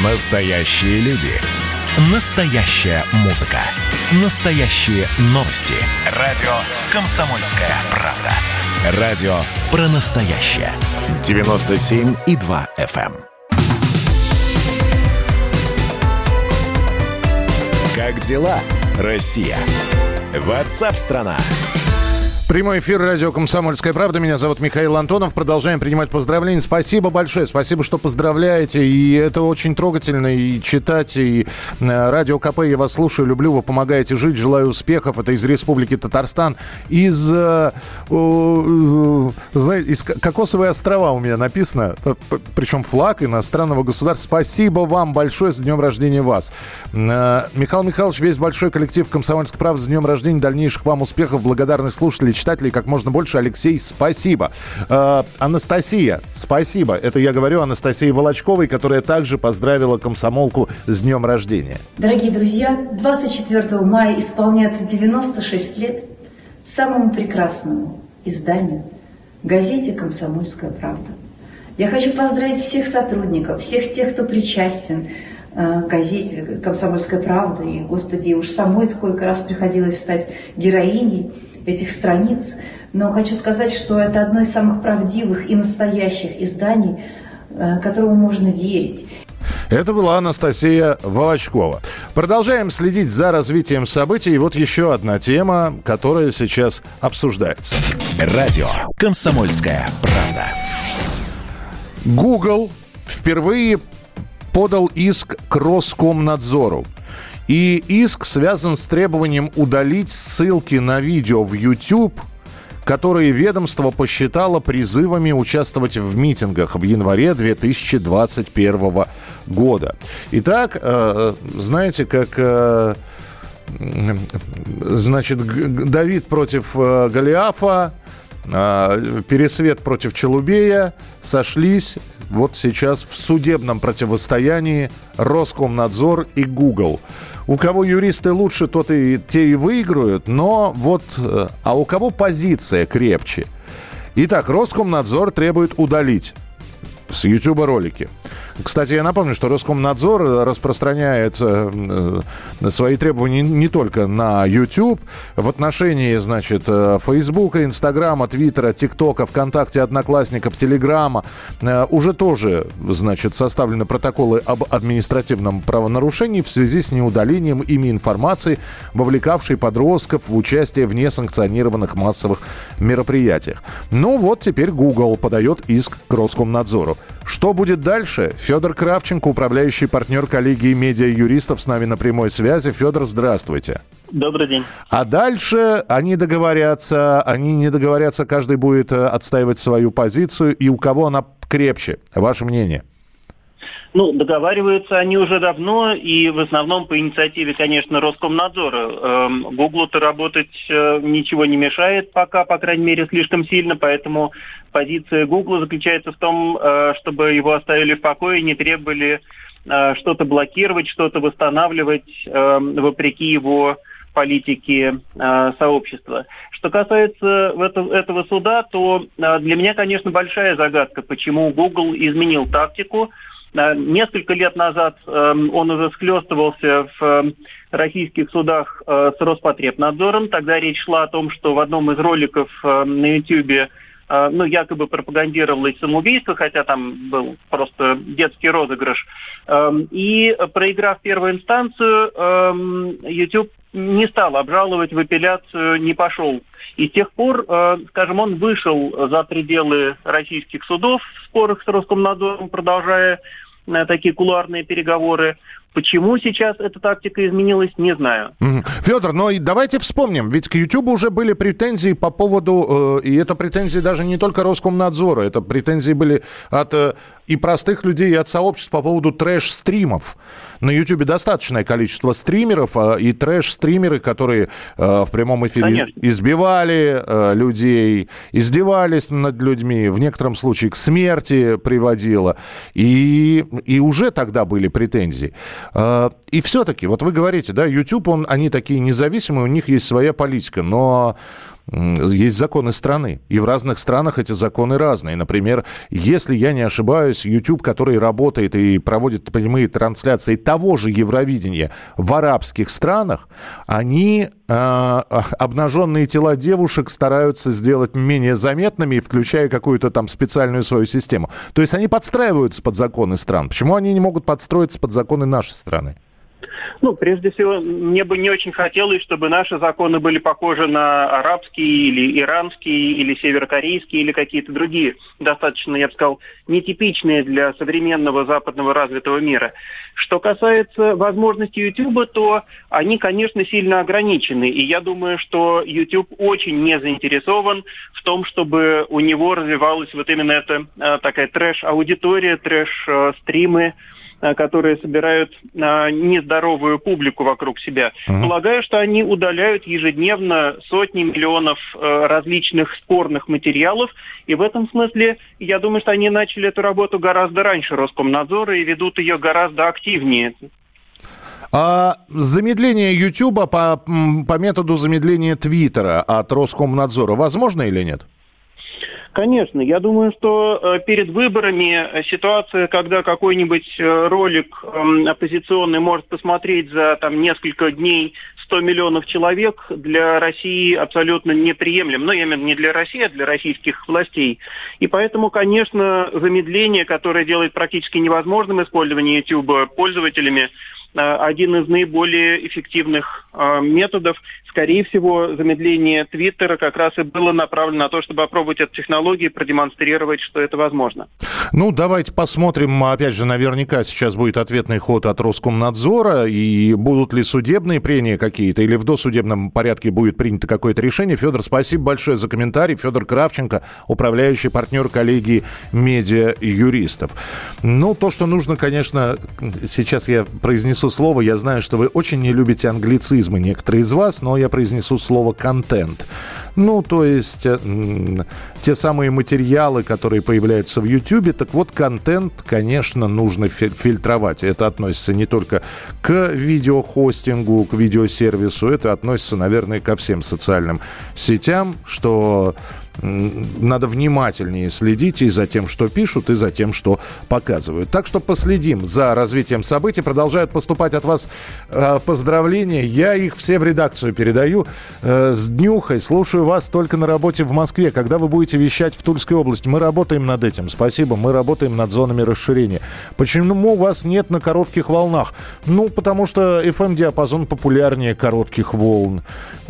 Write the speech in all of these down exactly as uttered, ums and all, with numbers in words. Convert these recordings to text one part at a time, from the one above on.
Настоящие люди. Настоящая музыка. Настоящие новости. Радио «Комсомольская правда». Радио про настоящее. девяносто семь и два эф эм. Как дела, Россия? Ватсап-страна! Прямой эфир радио «Комсомольская правда». Меня зовут Михаил Антонов. Продолжаем принимать поздравления. Спасибо большое. Спасибо, что поздравляете. И это очень трогательно и читать. И радио КП, я вас слушаю, люблю. Вы помогаете жить. Желаю успехов. Это из Республики Татарстан. Из, э, э, знаете, из Кокосовые острова у меня написано. Причем флаг иностранного государства. Спасибо вам большое. С днем рождения вас. Э, Михаил Михайлович, весь большой коллектив «Комсомольской правды» с днем рождения. Дальнейших вам успехов. Благодарность слушателей, читателей как можно больше. Алексей, спасибо. Э, Анастасия, спасибо. Это я говорю Анастасии Волочковой, которая также поздравила комсомолку с днем рождения. Дорогие друзья, двадцать четвёртого мая исполняется девяносто шесть лет самому прекрасному изданию — газете «Комсомольская правда». Я хочу поздравить всех сотрудников, всех тех, кто причастен к газете «Комсомольская правда». И, господи, уж самой сколько раз приходилось стать героиней этих страниц. Но хочу сказать, что это одно из самых правдивых и настоящих изданий, которому можно верить. Это была Анастасия Волочкова. Продолжаем следить за развитием событий. И вот еще одна тема, которая сейчас обсуждается. Радио «Комсомольская правда». Google впервые подал иск к Роскомнадзору. И иск связан с требованием удалить ссылки на видео в YouTube, которые ведомство посчитало призывами участвовать в митингах в январе две тысячи двадцать первого года. Итак, э, знаете, как э, значит, Давид против э, Голиафа, э, Пересвет против Челубея сошлись вот сейчас в судебном противостоянии Роскомнадзор и Google. У кого юристы лучше, тот и те и выиграют, но вот... А у кого позиция крепче? Итак, Роскомнадзор требует удалить с YouTube ролики. Кстати, я напомню, что Роскомнадзор распространяет э, свои требования не только на YouTube. В отношении, значит, Фейсбука, Инстаграма, Твиттера, ТикТока, ВКонтакте, Одноклассников, Телеграма э, уже тоже, значит, составлены протоколы об административном правонарушении в связи с неудалением ими информации, вовлекавшей подростков в участие в несанкционированных массовых мероприятиях. Ну вот теперь Google подает иск к Роскомнадзору. Что будет дальше? Федор Кравченко, управляющий партнер коллегии медиа-юристов, с нами на прямой связи. Федор, здравствуйте. Добрый день. А дальше они договорятся, они не договорятся, каждый будет отстаивать свою позицию. И у кого она крепче? Ваше мнение? Ну, договариваются они уже давно, и в основном по инициативе, конечно, Роскомнадзора. Гуглу-то работать ничего не мешает пока, по крайней мере, слишком сильно, поэтому позиция Гугла заключается в том, чтобы его оставили в покое и не требовали что-то блокировать, что-то восстанавливать вопреки его политики э, сообщества. Что касается этого, этого суда, то э, для меня, конечно, большая загадка, почему Google изменил тактику. Э, несколько лет назад э, он уже схлестывался в э, российских судах э, с Роспотребнадзором. Тогда речь шла о том, что в одном из роликов э, на YouTube э, ну, якобы пропагандировалось самоубийство, хотя там был просто детский розыгрыш. Э, и, проиграв первую инстанцию, э, YouTube не стал обжаловать, в апелляцию не пошел. И с тех пор, э, скажем, он вышел за пределы российских судов в спорах с Роскомнадзором, продолжая э, такие кулуарные переговоры. Почему сейчас эта тактика изменилась, не знаю. Mm-hmm. Федор, но давайте вспомним, ведь к YouTube уже были претензии по поводу, э, и это претензии даже не только Роскомнадзора, это претензии были от э, и простых людей, и от сообществ по поводу трэш-стримов. На YouTube достаточное количество стримеров, э, и трэш-стримеры, которые э, в прямом эфире Конечно. избивали э, людей, издевались над людьми, в некотором случае к смерти приводило, и, и уже тогда были претензии. И все-таки, вот вы говорите, да, YouTube, он, они такие независимые, у них есть своя политика, но есть законы страны. И в разных странах эти законы разные. Например, если я не ошибаюсь, YouTube, который работает и проводит прямые трансляции того же Евровидения в арабских странах, они э, обнаженные тела девушек стараются сделать менее заметными, включая какую-то там специальную свою систему. То есть они подстраиваются под законы стран. Почему они не могут подстроиться под законы нашей страны? Ну, прежде всего, мне бы не очень хотелось, чтобы наши законы были похожи на арабские или иранские, или северокорейские, или какие-то другие, достаточно, я бы сказал, нетипичные для современного западного развитого мира. Что касается возможностей YouTube, то они, конечно, сильно ограничены. И я думаю, что YouTube очень не заинтересован в том, чтобы у него развивалась вот именно эта такая трэш-аудитория, трэш-стримы, которые собирают а, нездоровую публику вокруг себя. Uh-huh. Полагаю, что они удаляют ежедневно сотни миллионов а, различных спорных материалов, и в этом смысле я думаю, что они начали эту работу гораздо раньше Роскомнадзора и ведут ее гораздо активнее. А замедление Ютуба по, по методу замедления Твиттера от Роскомнадзора возможно или нет? Конечно. Я думаю, что э, перед выборами ситуация, когда какой-нибудь э, ролик э, оппозиционный может посмотреть за там, несколько дней сто миллионов человек, для России абсолютно неприемлем. Ну, я имею в виду не для России, а для российских властей. И поэтому, конечно, замедление, которое делает практически невозможным использование YouTube пользователями, один из наиболее эффективных э, методов. Скорее всего, замедление Твиттера как раз и было направлено на то, чтобы опробовать эту технологию и продемонстрировать, что это возможно. Ну, давайте посмотрим. Опять же, наверняка сейчас будет ответный ход от Роскомнадзора. И будут ли судебные прения какие-то, или в досудебном порядке будет принято какое-то решение. Федор, спасибо большое за комментарий. Федор Кравченко, управляющий партнер коллегии медиа-юристов. Ну, то, что нужно, конечно, сейчас я произнесу слово. Я знаю, что вы очень не любите англицизмы, некоторые из вас, но я произнесу слово «контент». Ну, то есть э, те самые материалы, которые появляются в YouTube, так вот, контент, конечно, нужно фильтровать. Это относится не только к видеохостингу, к видеосервису, это относится, наверное, ко всем социальным сетям, что надо внимательнее следить и за тем, что пишут, и за тем, что показывают. Так что последим за развитием событий. Продолжают поступать от вас э, поздравления. Я их все в редакцию передаю. Э, с днюхой. Слушаю вас только на работе в Москве. Когда вы будете вещать в Тульской области? Мы работаем над этим. Спасибо. Мы работаем над зонами расширения. Почему вас нет на коротких волнах? Ну, потому что эф эм-диапазон популярнее коротких волн.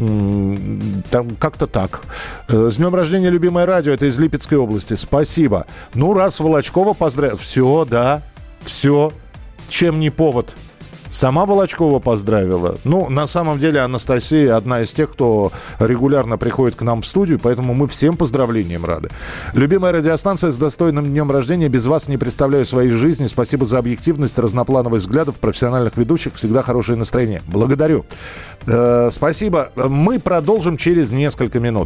Там как-то так. Э, с днем рождения, любимое радио, это из Липецкой области. Спасибо. Ну, раз Волочкова поздравил. Все, да, все. Чем не повод? Сама Волочкова поздравила. Ну, на самом деле, Анастасия одна из тех, кто регулярно приходит к нам в студию, поэтому мы всем поздравлениям рады. Любимая радиостанция, с достойным днем рождения. Без вас не представляю своей жизни. Спасибо за объективность, разноплановость взглядов, профессиональных ведущих. Всегда хорошее настроение. Благодарю. Э, спасибо. Мы продолжим через несколько минут.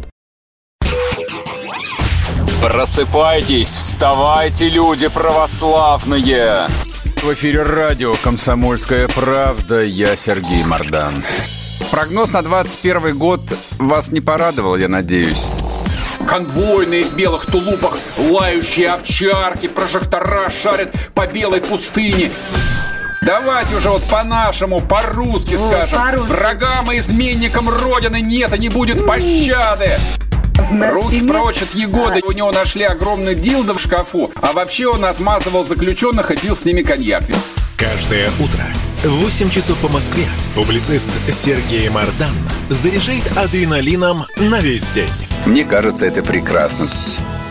Просыпайтесь, вставайте, люди православные! В эфире радио «Комсомольская правда». Я Сергей Мордан. Прогноз на двадцать первый год вас не порадовал, я надеюсь. Конвойные в белых тулупах, лающие овчарки, прожектора шарят по белой пустыне. Давайте уже вот по-нашему, по-русски О, скажем. По-русски. Врагам и изменникам Родины нет и не будет пощады. Руки прочь от Егоды. У него нашли огромный дилдо в шкафу. А вообще он отмазывал заключенных и пил с ними коньяк. Каждое утро в восемь часов по Москве публицист Сергей Мордан заряжает адреналином на весь день. Мне кажется, это прекрасно.